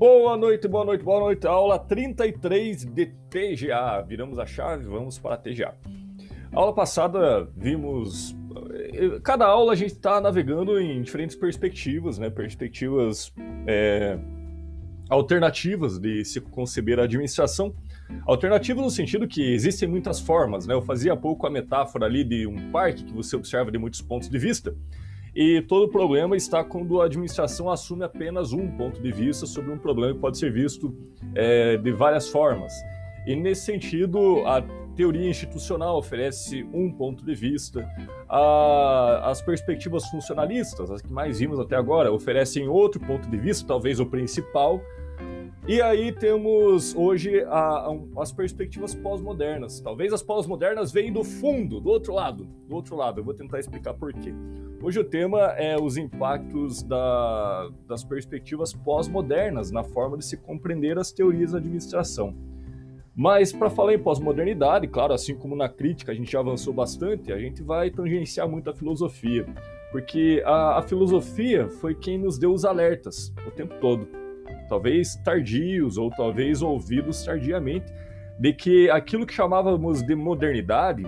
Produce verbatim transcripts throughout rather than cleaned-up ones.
Boa noite, boa noite, boa noite. Aula trinta e três de T G A. Viramos a chave, vamos para a T G A. A aula passada vimos... Cada aula a gente está navegando em diferentes perspectivas, né? Perspectivas é, alternativas de se conceber a administração. Alternativas no sentido que existem muitas formas, né? Eu fazia há pouco a metáfora ali de um parque que você observa de muitos pontos de vista. E todo o problema está quando a administração assume apenas um ponto de vista sobre um problema que pode ser visto é, de várias formas. E nesse sentido, a teoria institucional oferece um ponto de vista, a, as perspectivas funcionalistas, as que mais vimos até agora, oferecem outro ponto de vista, talvez o principal. E aí temos hoje a, a, as perspectivas pós-modernas. Talvez as pós-modernas venham do fundo, do outro lado. Do outro lado, eu vou tentar explicar por quê. Hoje o tema é os impactos da, das perspectivas pós-modernas na forma de se compreender as teorias da administração. Mas para falar em pós-modernidade, claro, assim como na crítica a gente já avançou bastante, a gente vai tangenciar muito a filosofia. Porque a, a filosofia foi quem nos deu os alertas o tempo todo. Talvez tardios ou talvez ouvidos tardiamente, de que aquilo que chamávamos de modernidade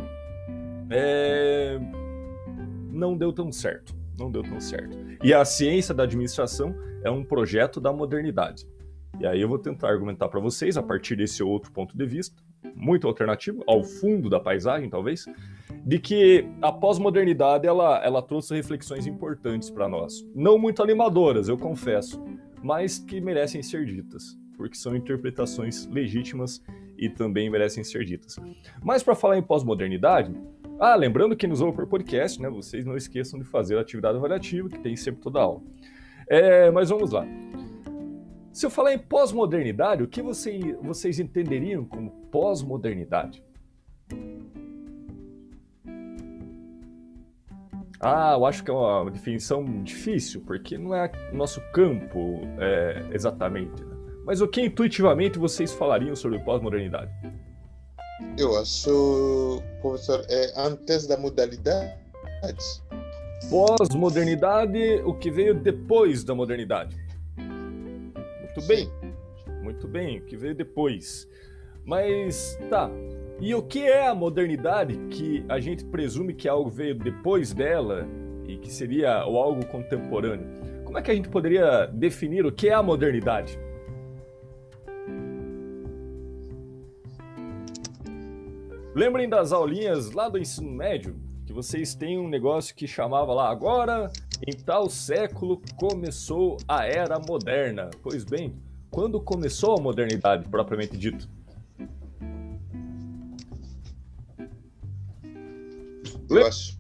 é... não deu tão certo, não deu tão certo. E a ciência da administração é um projeto da modernidade. E aí eu vou tentar argumentar para vocês, a partir desse outro ponto de vista, muito alternativo, ao fundo da paisagem talvez, de que a pós-modernidade ela, ela trouxe reflexões importantes para nós. Não muito animadoras, eu confesso, mas que merecem ser ditas, porque são interpretações legítimas e também merecem ser ditas. Mas para falar em pós-modernidade, ah, lembrando que nos ouve por podcast, né? Vocês não esqueçam de fazer a atividade avaliativa, que tem sempre toda a aula. É, mas vamos lá. Se eu falar em pós-modernidade, o que você, vocês entenderiam como pós-modernidade? Ah, eu acho que é uma definição difícil, porque não é nosso campo é, exatamente. Né? Mas o que intuitivamente vocês falariam sobre pós-modernidade? Eu acho, professor, é antes da modalidade. Pós-modernidade, o que veio depois da modernidade. Muito bem, muito bem, o que veio depois. Mas, tá, e o que é a modernidade que a gente presume que algo veio depois dela e que seria o algo contemporâneo? Como é que a gente poderia definir o que é a modernidade? Lembrem das aulinhas lá do ensino médio, que vocês têm um negócio que chamava lá, agora, em tal século, começou a Era Moderna. Pois bem, quando começou a modernidade, propriamente dito? Eu acho,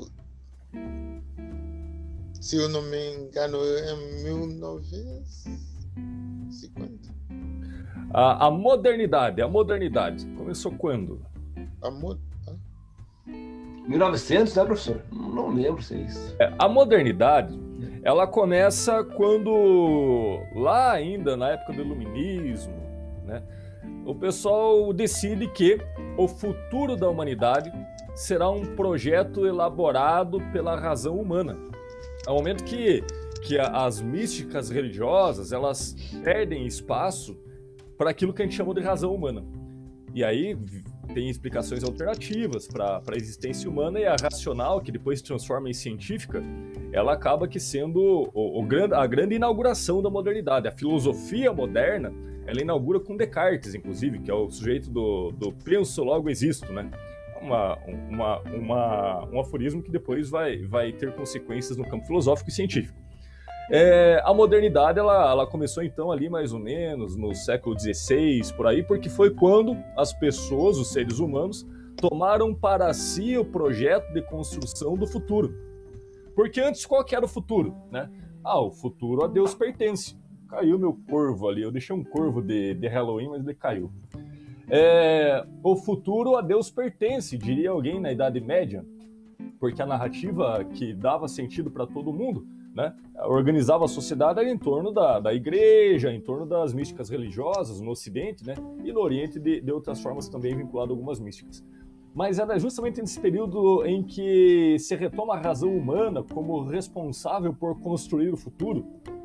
se eu não me engano, é em mil novecentos e cinquenta. A, a modernidade, a modernidade, começou quando? A mod... mil e novecentos, né, professor? Não lembro se é isso. É, a modernidade, ela começa quando, lá ainda na época do iluminismo, né, o pessoal decide que o futuro da humanidade será um projeto elaborado pela razão humana. Ao momento que, que as místicas religiosas, elas perdem espaço para aquilo que a gente chama de razão humana. E aí tem explicações alternativas para a existência humana, e a racional, que depois se transforma em científica, ela acaba que sendo o, o, a grande inauguração da modernidade. A filosofia moderna, ela inaugura com Descartes, inclusive, que é o sujeito do, do penso, logo existo, né? Uma, uma, uma, um aforismo que depois vai, vai ter consequências no campo filosófico e científico. É, a modernidade ela, ela começou então ali mais ou menos no século dezesseis, por aí, porque foi quando as pessoas, os seres humanos, tomaram para si o projeto de construção do futuro. Porque antes qual que era o futuro? Né? Ah, o futuro a Deus pertence. Caiu meu corvo ali, eu deixei um corvo de, de Halloween, mas ele caiu. É, o futuro a Deus pertence, diria alguém na Idade Média, porque a narrativa que dava sentido para todo mundo, né, organizava a sociedade em torno da, da igreja, em torno das místicas religiosas no Ocidente, né, e no Oriente de, de outras formas também vinculado a algumas místicas. Mas era justamente nesse período em que se retoma a razão humana como responsável por construir o futuro,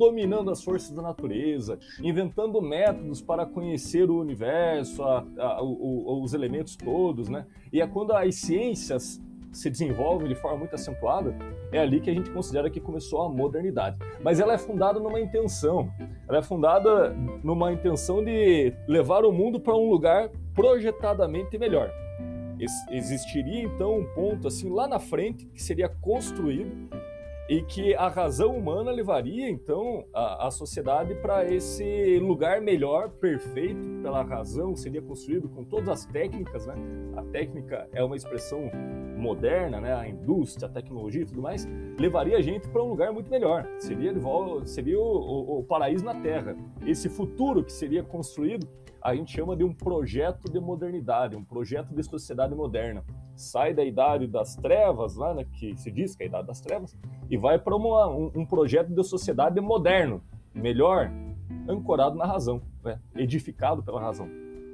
dominando as forças da natureza, inventando métodos para conhecer o universo, a, a, o, os elementos todos, né? E é quando as ciências se desenvolvem de forma muito acentuada, é ali que a gente considera que começou a modernidade. Mas ela é fundada numa intenção, ela é fundada numa intenção de levar o mundo para um lugar projetadamente melhor. Existiria então um ponto assim lá na frente que seria construído e que a razão humana levaria então a, a sociedade para esse lugar melhor, perfeito pela razão, seria construído com todas as técnicas, né? A técnica é uma expressão moderna, né? A indústria, a tecnologia e tudo mais, levaria a gente para um lugar muito melhor. Seria, seria o, o, o paraíso na Terra. Esse futuro que seria construído, a gente chama de um projeto de modernidade, um projeto de sociedade moderna. Sai da idade das trevas, lá, né, que se diz que é a idade das trevas, e vai para um, um projeto de sociedade moderno, melhor, ancorado na razão, né, edificado pela razão.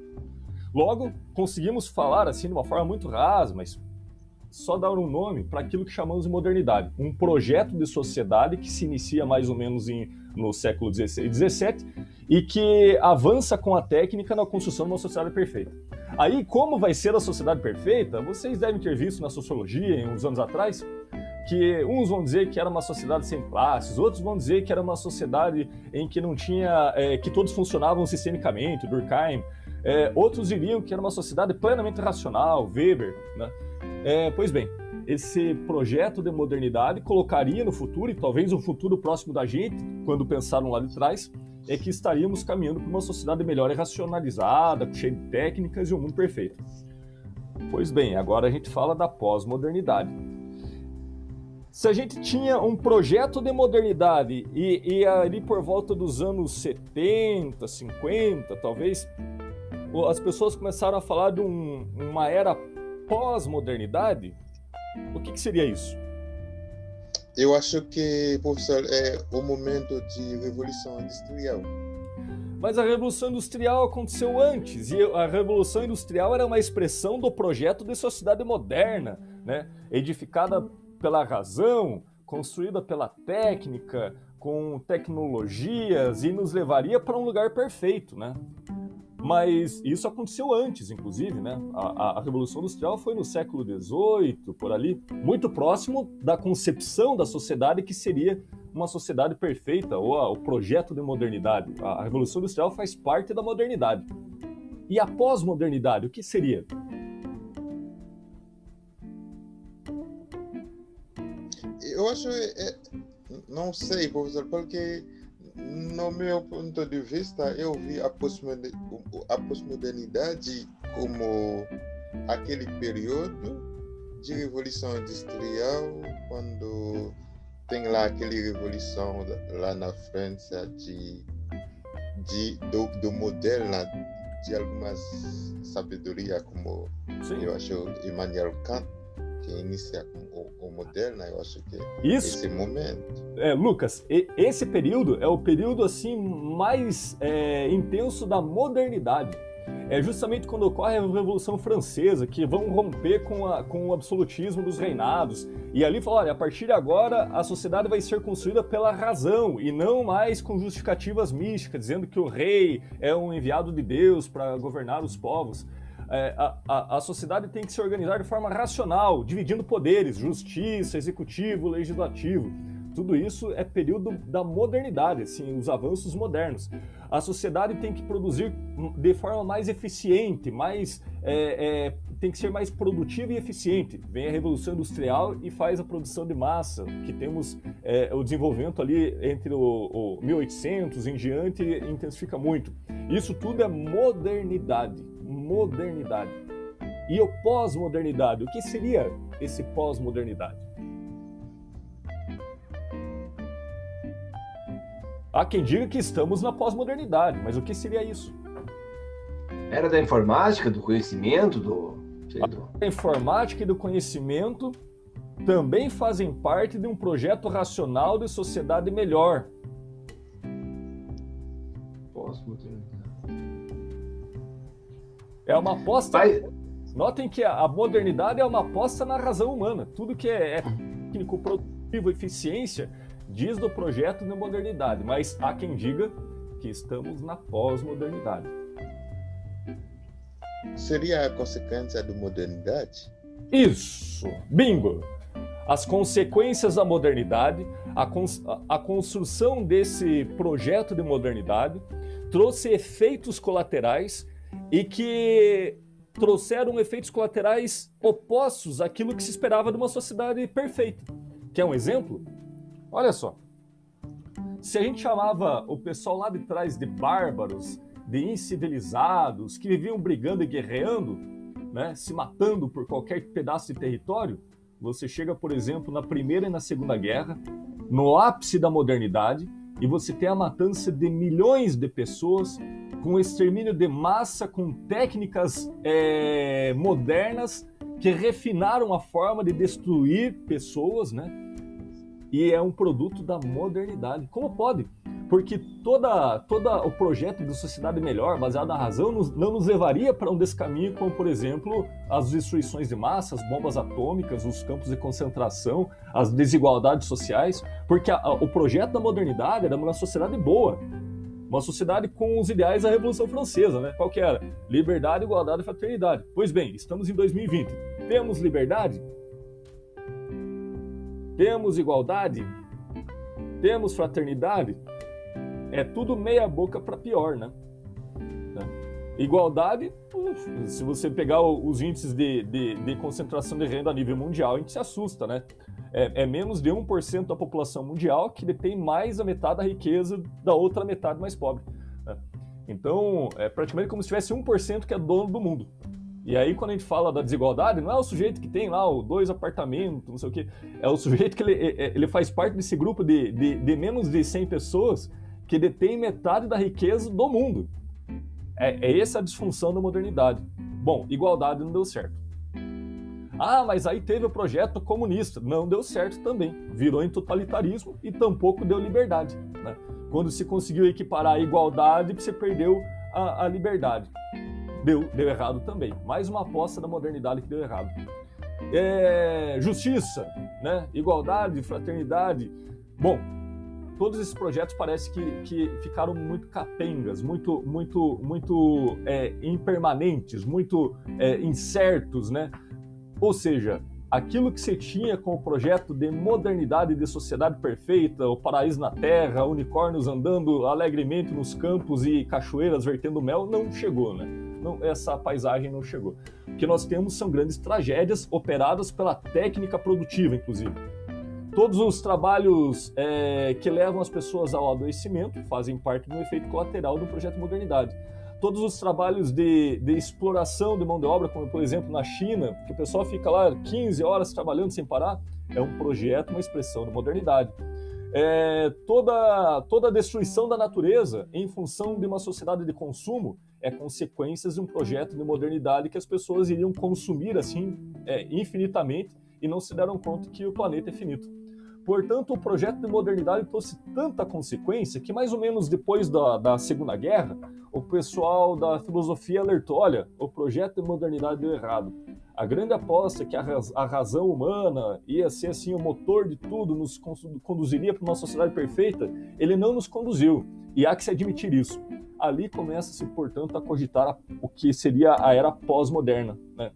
Logo, conseguimos falar assim de uma forma muito rasa, mas só dar um nome para aquilo que chamamos de modernidade. Um projeto de sociedade que se inicia mais ou menos em, no século dezesseis e dezessete e que avança com a técnica na construção de uma sociedade perfeita. Aí, como vai ser a sociedade perfeita? Vocês devem ter visto na sociologia, uns anos atrás, que uns vão dizer que era uma sociedade sem classes, outros vão dizer que era uma sociedade em que não tinha, é, que todos funcionavam sistemicamente, Durkheim. É, outros diriam que era uma sociedade plenamente racional, Weber, né? É, pois bem, esse projeto de modernidade colocaria no futuro, e talvez um futuro próximo da gente, quando pensaram lá de trás, é que estaríamos caminhando para uma sociedade melhor e racionalizada, cheia de técnicas e um mundo perfeito. Pois bem, agora a gente fala da pós-modernidade. Se a gente tinha um projeto de modernidade e, e ali por volta dos anos setenta, cinquenta, talvez, as pessoas começaram a falar de um, uma era pós-modernidade, o que, que seria isso? Eu acho que, professor, é o momento de revolução industrial. Mas a Revolução Industrial aconteceu antes, e a Revolução Industrial era uma expressão do projeto de sociedade moderna, né? Edificada pela razão, construída pela técnica, com tecnologias, e nos levaria para um lugar perfeito, né? Mas isso aconteceu antes, inclusive, né? A, a Revolução Industrial foi no século dezoito, por ali, muito próximo da concepção da sociedade que seria uma sociedade perfeita, ou a, o projeto de modernidade. A, a Revolução Industrial faz parte da modernidade. E a pós-modernidade, o que seria? Eu acho, é, não sei, professor, porque no meu ponto de vista, eu vi a pós-modernidade como aquele período de revolução industrial, quando tem lá aquela revolução lá na França de, de, do, do modelo de algumas sabedoria, como Sim. eu acho Immanuel Kant, que inicia com o, o moderno, eu acho que Isso. esse momento. É, Lucas, esse período é o período assim mais é, intenso da modernidade. É justamente quando ocorre a Revolução Francesa, que vão romper com, a, com o absolutismo dos reinados. E ali fala, olha, a partir de agora a sociedade vai ser construída pela razão e não mais com justificativas místicas, dizendo que o rei é um enviado de Deus para governar os povos. É, a, a, a sociedade tem que se organizar de forma racional, dividindo poderes, justiça, executivo, legislativo. Tudo isso é período da modernidade, assim, os avanços modernos. A sociedade tem que produzir de forma mais eficiente, mais, é, é, tem que ser mais produtiva e eficiente. Vem a Revolução Industrial e faz a produção de massa, que temos é, o desenvolvimento ali entre o, o mil e oitocentos em diante, intensifica muito. Isso tudo é modernidade. Modernidade. E o pós-modernidade, o que seria esse pós-modernidade? Há quem diga que estamos na pós-modernidade, mas o que seria isso? Era da informática, do conhecimento, do... A informática e do conhecimento também fazem parte de um projeto racional de sociedade melhor. Pós-modernidade. É uma aposta... Vai... Notem que a modernidade é uma aposta na razão humana. Tudo que é técnico, produtivo, eficiência, diz do projeto de modernidade, mas há quem diga que estamos na pós-modernidade. Seria a consequência da modernidade? Isso! Bingo! As consequências da modernidade, a, cons a construção desse projeto de modernidade trouxe efeitos colaterais e que trouxeram efeitos colaterais opostos àquilo que se esperava de uma sociedade perfeita. Quer um exemplo? Olha só. Se a gente chamava o pessoal lá de trás de bárbaros, de incivilizados, que viviam brigando e guerreando, né, se matando por qualquer pedaço de território, você chega, por exemplo, na Primeira e na Segunda Guerra, no ápice da modernidade, e você tem a matança de milhões de pessoas, com extermínio de massa, com técnicas é, modernas que refinaram a forma de destruir pessoas, né? E é um produto da modernidade. Como pode? Porque toda, toda o projeto de sociedade melhor, baseado na razão, nos, não nos levaria para um descaminho como, por exemplo, as destruições de massa, as bombas atômicas, os campos de concentração, as desigualdades sociais, porque a, a, o projeto da modernidade era uma sociedade boa, uma sociedade com os ideais da Revolução Francesa, né? Qual que era? Liberdade, igualdade e fraternidade. Pois bem, estamos em dois mil e vinte. Temos liberdade? Temos igualdade? Temos fraternidade? É tudo meia boca para pior, né? Igualdade, uf, se você pegar os índices de, de, de concentração de renda a nível mundial, a gente se assusta, né? É, é menos de um por cento da população mundial que detém mais da metade da riqueza da outra metade mais pobre, né? Então, é praticamente como se tivesse um por cento que é dono do mundo. E aí, quando a gente fala da desigualdade, não é o sujeito que tem lá o dois apartamentos, não sei o quê, é o sujeito que ele, ele faz parte desse grupo de, de, de menos de cem pessoas que detém metade da riqueza do mundo. É, é essa a disfunção da modernidade. Bom, igualdade não deu certo. Ah, mas aí teve o projeto comunista. Não deu certo também. Virou em totalitarismo e tampouco deu liberdade, né? Quando se conseguiu equiparar a igualdade, você perdeu a, a liberdade. Deu, deu errado também. Mais uma aposta da modernidade que deu errado. É, justiça, né? Igualdade, fraternidade. Bom, todos esses projetos parece que, que ficaram muito capengas, muito, muito, muito é, impermanentes, muito é, incertos, né? Ou seja, aquilo que você tinha com o projeto de modernidade e de sociedade perfeita, o paraíso na terra, unicórnios andando alegremente nos campos e cachoeiras vertendo mel, não chegou, né? Não, essa paisagem não chegou. O que nós temos são grandes tragédias operadas pela técnica produtiva, inclusive. Todos os trabalhos é, que levam as pessoas ao adoecimento fazem parte do efeito colateral do projeto de modernidade. Todos os trabalhos de, de exploração de mão de obra, como por exemplo na China, que o pessoal fica lá quinze horas trabalhando sem parar, é um projeto, uma expressão da modernidade. É, toda, toda a destruição da natureza em função de uma sociedade de consumo é consequência de um projeto de modernidade que as pessoas iriam consumir assim é, infinitamente e não se deram conta que o planeta é finito. Portanto, o projeto de modernidade trouxe tanta consequência que mais ou menos depois da, da Segunda Guerra, o pessoal da filosofia alertou, olha, o projeto de modernidade deu errado. A grande aposta que a, raz, a razão humana ia ser assim o motor de tudo, nos conduziria para uma sociedade perfeita, ele não nos conduziu. E há que se admitir isso. Ali começa-se, portanto, a cogitar a, o que seria a era pós-moderna, né?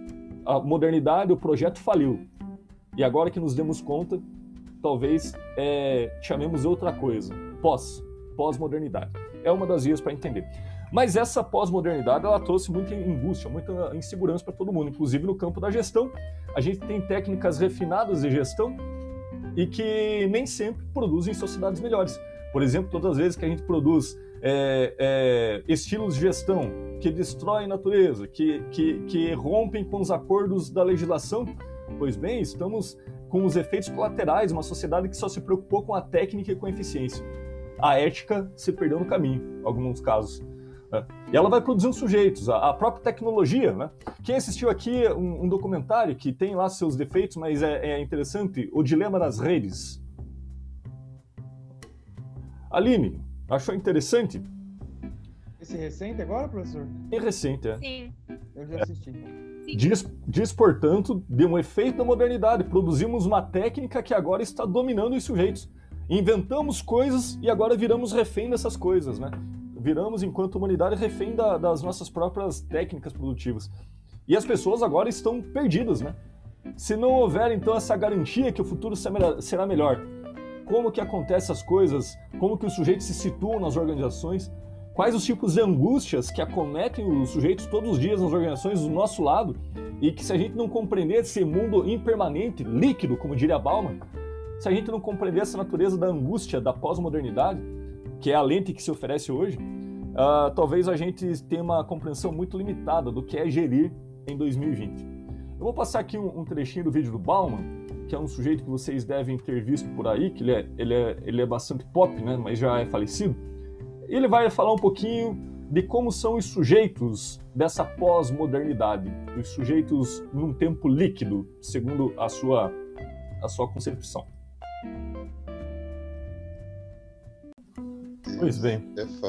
A modernidade, o projeto faliu. E agora que nos demos conta, talvez é, chamemos outra coisa, pós, pós-modernidade. É uma das vias para entender. Mas essa pós-modernidade, ela trouxe muita angústia, muita insegurança para todo mundo, inclusive no campo da gestão. A gente tem técnicas refinadas de gestão e que nem sempre produzem sociedades melhores. Por exemplo, todas as vezes que a gente produz é, é, estilos de gestão que destroem a natureza, que, que, que rompem com os acordos da legislação, pois bem, estamos com os efeitos colaterais, uma sociedade que só se preocupou com a técnica e com a eficiência. A ética se perdeu no caminho, em alguns casos. Né? E ela vai produzindo sujeitos, a, a própria tecnologia. Né? Quem assistiu aqui um, um documentário que tem lá seus defeitos, mas é, é interessante, O Dilema das Redes. Aline, achou interessante? Esse recente agora, professor? É recente, é. Sim. Eu já assisti. Diz, diz, portanto, de um efeito da modernidade. Produzimos uma técnica que agora está dominando os sujeitos. inventamos coisas e agora viramos refém dessas coisas, né? Viramos, enquanto humanidade, refém da, das nossas próprias técnicas produtivas. E as pessoas agora estão perdidas, né? Se não houver, então, essa garantia que o futuro será melhor, como que acontecem as coisas, como que os sujeitos se situam nas organizações, quais os tipos de angústias que acometem os sujeitos todos os dias nas organizações do nosso lado, e que se a gente não compreender esse mundo impermanente, líquido, como diria Bauman, se a gente não compreender essa natureza da angústia da pós-modernidade, que é a lente que se oferece hoje, uh, talvez a gente tenha uma compreensão muito limitada do que é gerir em dois mil e vinte. Eu vou passar aqui um, um trechinho do vídeo do Bauman, que é um sujeito que vocês devem ter visto por aí, que ele é, ele é, ele é bastante pop, né, mas já é falecido. Ele vai falar um pouquinho de como são os sujeitos dessa pós-modernidade, os sujeitos num tempo líquido, segundo a sua, a sua concepção. Pois bem,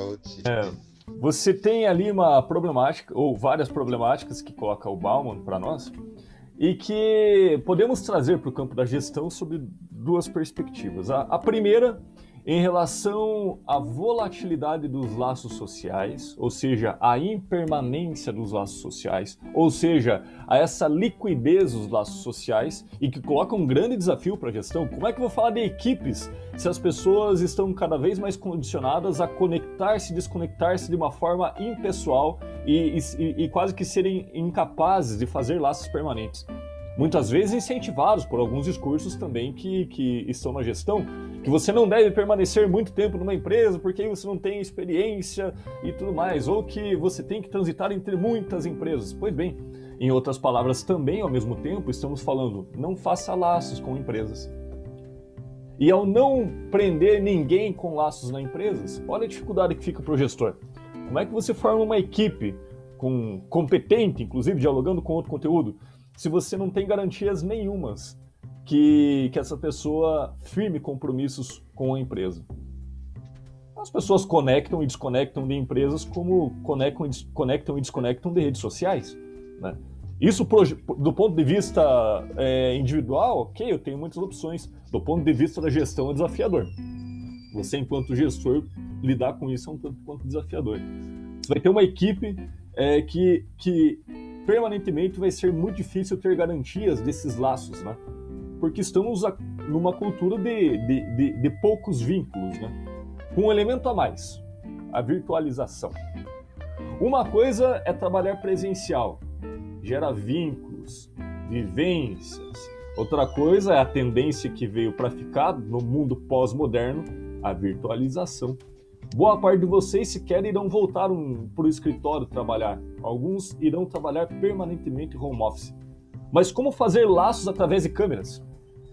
é, você tem ali uma problemática, ou várias problemáticas que coloca o Bauman para nós, e que podemos trazer para o campo da gestão sob duas perspectivas. A, a primeira, em relação à volatilidade dos laços sociais, ou seja, a impermanência dos laços sociais, ou seja, a essa liquidez dos laços sociais, e que coloca um grande desafio para a gestão. Como é que eu vou falar de equipes se as pessoas estão cada vez mais condicionadas a conectar-se e desconectar-se de uma forma impessoal e, e, e quase que serem incapazes de fazer laços permanentes? Muitas vezes incentivados por alguns discursos também que, que estão na gestão, que você não deve permanecer muito tempo numa empresa porque aí você não tem experiência e tudo mais, ou que você tem que transitar entre muitas empresas. Pois bem, em outras palavras também, ao mesmo tempo, estamos falando, não faça laços com empresas. E ao não prender ninguém com laços na empresa, olha a dificuldade que fica para o gestor. Como é que você forma uma equipe com, competente, inclusive dialogando com outro conteúdo, se você não tem garantias nenhumas que, que essa pessoa firme compromissos com a empresa? As pessoas conectam e desconectam de empresas como conectam, conectam e desconectam de redes sociais, né? Isso, do ponto de vista é, individual, ok, eu tenho muitas opções. Do ponto de vista da gestão, é desafiador. Você, enquanto gestor, lidar com isso é um tanto quanto desafiador. Você vai ter uma equipe é, que... que permanentemente vai ser muito difícil ter garantias desses laços, né? Porque estamos numa cultura de, de, de, de poucos vínculos, né? Com um elemento a mais, a virtualização. Uma coisa é trabalhar presencial, gera vínculos, vivências. Outra coisa é a tendência que veio para ficar no mundo pós-moderno, a virtualização. Boa parte de vocês sequer irão voltar um, para o escritório trabalhar. Alguns irão trabalhar permanentemente home office. Mas como fazer laços através de câmeras?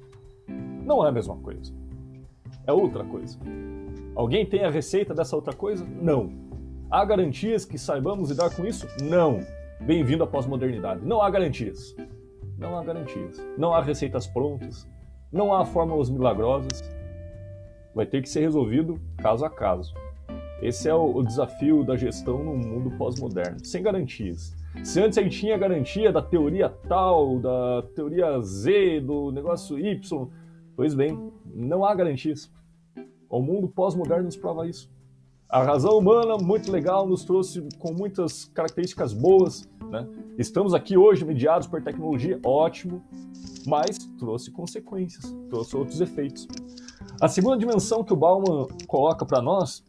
Não é a mesma coisa. É outra coisa. Alguém tem a receita dessa outra coisa? Não. Há garantias que saibamos lidar com isso? Não. Bem-vindo à pós-modernidade. Não há garantias. Não há garantias. Não há receitas prontas. Não há fórmulas milagrosas. Vai ter que ser resolvido caso a caso. Esse é o, o desafio da gestão no mundo pós-moderno, sem garantias. Se antes a gente tinha garantia da teoria tal, da teoria Z, do negócio Y, pois bem, não há garantias. O mundo pós-moderno nos prova isso. A razão humana, muito legal, nos trouxe com muitas características boas, né? Estamos aqui hoje mediados por tecnologia, ótimo, mas trouxe consequências, trouxe outros efeitos. A segunda dimensão que o Bauman coloca para nós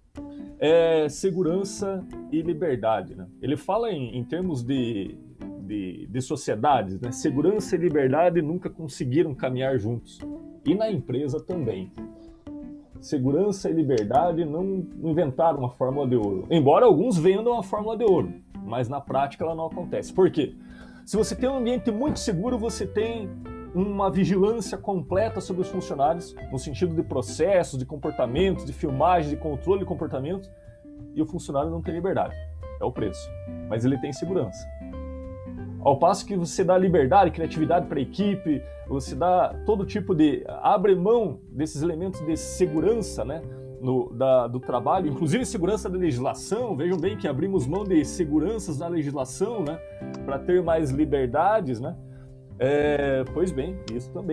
é segurança e liberdade, né? Ele fala em, em termos de, de, de sociedades, né? Segurança e liberdade nunca conseguiram caminhar juntos. E na empresa também. Segurança e liberdade não inventaram uma fórmula de ouro. Embora alguns vendam a fórmula de ouro, mas na prática ela não acontece. Por quê? Se você tem um ambiente muito seguro, você tem uma vigilância completa sobre os funcionários, no sentido de processos, de comportamentos, de filmagem, de controle de comportamentos, e o funcionário não tem liberdade. É o preço. Mas ele tem segurança. Ao passo que você dá liberdade, criatividade para a equipe, você dá todo tipo de... abre mão desses elementos de segurança, né, no, da, do trabalho, inclusive segurança da legislação. Vejam bem que abrimos mão de seguranças na legislação, né, para ter mais liberdades, né? É, pois bem, isso também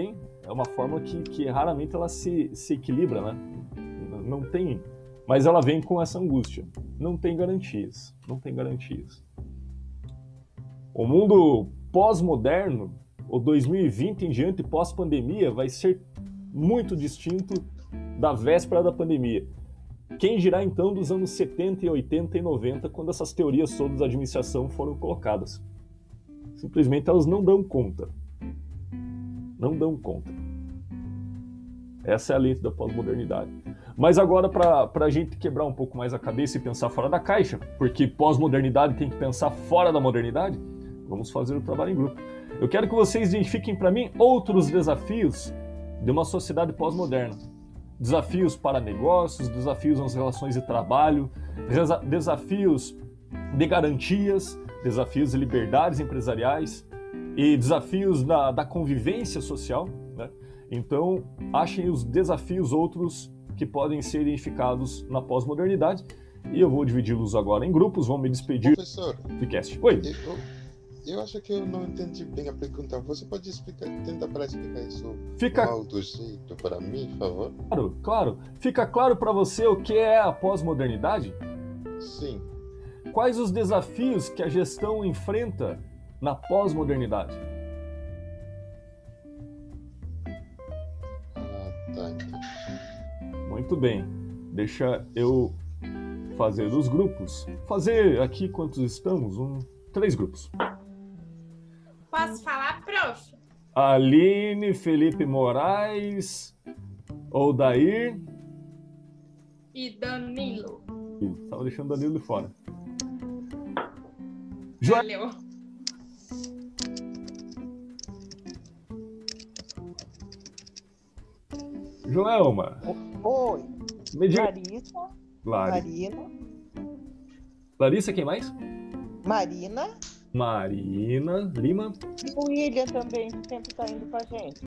é uma fórmula que, que raramente ela se, se equilibra, né? Não tem, mas ela vem com essa angústia. Não tem garantias, não tem garantias. O mundo pós-moderno, o dois mil e vinte em diante, pós-pandemia, vai ser muito distinto da véspera da pandemia. Quem dirá então dos anos setenta, oitenta e noventa, quando essas teorias sobre a administração foram colocadas? Simplesmente elas não dão conta. Não dão conta. Essa é a letra da pós-modernidade. Mas agora, para a gente quebrar um pouco mais a cabeça e pensar fora da caixa, porque pós-modernidade tem que pensar fora da modernidade, vamos fazer o trabalho em grupo. Eu quero que vocês identifiquem para mim outros desafios de uma sociedade pós-moderna. Desafios para negócios, desafios nas relações de trabalho, desafios de garantias, desafios de liberdades empresariais e desafios da, da convivência social, né? Então, achem os desafios outros que podem ser identificados na pós-modernidade e eu vou dividi-los agora em grupos, vamos me despedir Professor, do cast. Oi! eu, eu acho que eu não entendi bem a pergunta. Você pode explicar, tentar para explicar isso Fica... de um outro jeito para mim, por favor? Claro, claro. Fica claro para você o que é a pós-modernidade? Sim. Quais os desafios que a gestão enfrenta na pós-modernidade? Ah, tá. Muito bem. Deixa eu fazer os grupos. Fazer aqui quantos estamos? Um, três grupos. Posso falar, prof? Aline, Felipe Moraes, Odair. E Danilo. Estava deixando o Danilo de fora. Valeu. Joelma. Oi. Me diga. Larissa. Lari. Marina. Larissa, quem mais? Marina. Marina Lima. E o William também, que sempre está indo com a gente.